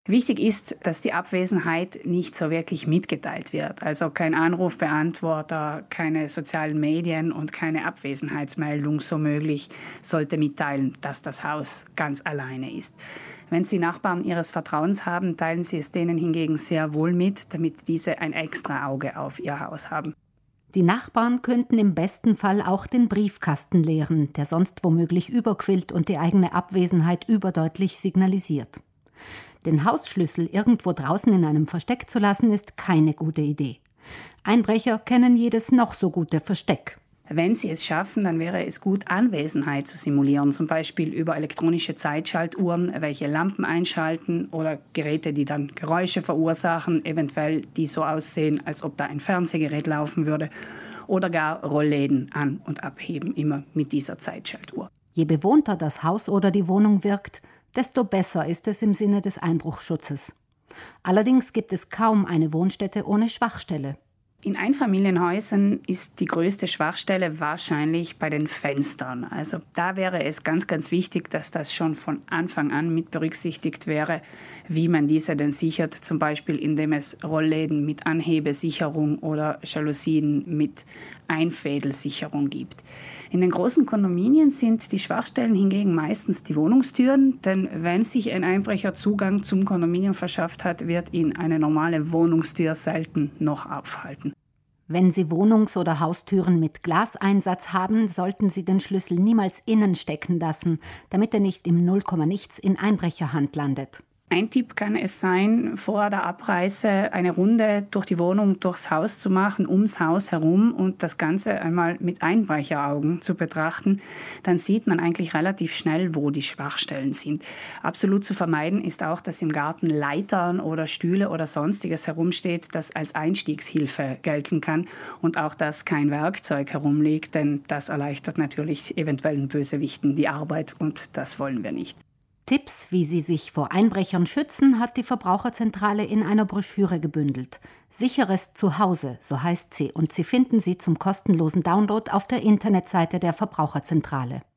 Wichtig ist, dass die Abwesenheit nicht so wirklich mitgeteilt wird. Also kein Anrufbeantworter, keine sozialen Medien und keine Abwesenheitsmeldung so möglich sollte mitteilen, dass das Haus ganz alleine ist. Wenn Sie Nachbarn Ihres Vertrauens haben, teilen Sie es denen hingegen sehr wohl mit, damit diese ein extra Auge auf Ihr Haus haben. Die Nachbarn könnten im besten Fall auch den Briefkasten leeren, der sonst womöglich überquillt und die eigene Abwesenheit überdeutlich signalisiert. Den Hausschlüssel irgendwo draußen in einem Versteck zu lassen, ist keine gute Idee. Einbrecher kennen jedes noch so gute Versteck. Wenn Sie es schaffen, dann wäre es gut, Anwesenheit zu simulieren, zum Beispiel über elektronische Zeitschaltuhren, welche Lampen einschalten oder Geräte, die dann Geräusche verursachen, eventuell die so aussehen, als ob da ein Fernsehgerät laufen würde, oder gar Rollläden an- und abheben, immer mit dieser Zeitschaltuhr. Je bewohnter das Haus oder die Wohnung wirkt, desto besser ist es im Sinne des Einbruchschutzes. Allerdings gibt es kaum eine Wohnstätte ohne Schwachstelle. In Einfamilienhäusern ist die größte Schwachstelle wahrscheinlich bei den Fenstern. Also da wäre es ganz, ganz wichtig, dass das schon von Anfang an mit berücksichtigt wäre, wie man diese denn sichert, zum Beispiel indem es Rollläden mit Anhebesicherung oder Jalousien mit Einfädelsicherung gibt. In den großen Kondomínien sind die Schwachstellen hingegen meistens die Wohnungstüren, denn wenn sich ein Einbrecher Zugang zum Kondominium verschafft hat, wird ihn eine normale Wohnungstür selten noch aufhalten. Wenn Sie Wohnungs- oder Haustüren mit Glaseinsatz haben, sollten Sie den Schlüssel niemals innen stecken lassen, damit er nicht im Nullkommanichts in Einbrecherhand landet. Ein Tipp kann es sein, vor der Abreise eine Runde durch die Wohnung, durchs Haus zu machen, ums Haus herum und das Ganze einmal mit Einbrecheraugen zu betrachten. Dann sieht man eigentlich relativ schnell, wo die Schwachstellen sind. Absolut zu vermeiden ist auch, dass im Garten Leitern oder Stühle oder Sonstiges herumsteht, das als Einstiegshilfe gelten kann und auch, dass kein Werkzeug herumliegt, denn das erleichtert natürlich eventuellen Bösewichten die Arbeit und das wollen wir nicht. Tipps, wie Sie sich vor Einbrechern schützen, hat die Verbraucherzentrale in einer Broschüre gebündelt. Sicheres Zuhause, so heißt sie, und Sie finden sie zum kostenlosen Download auf der Internetseite der Verbraucherzentrale.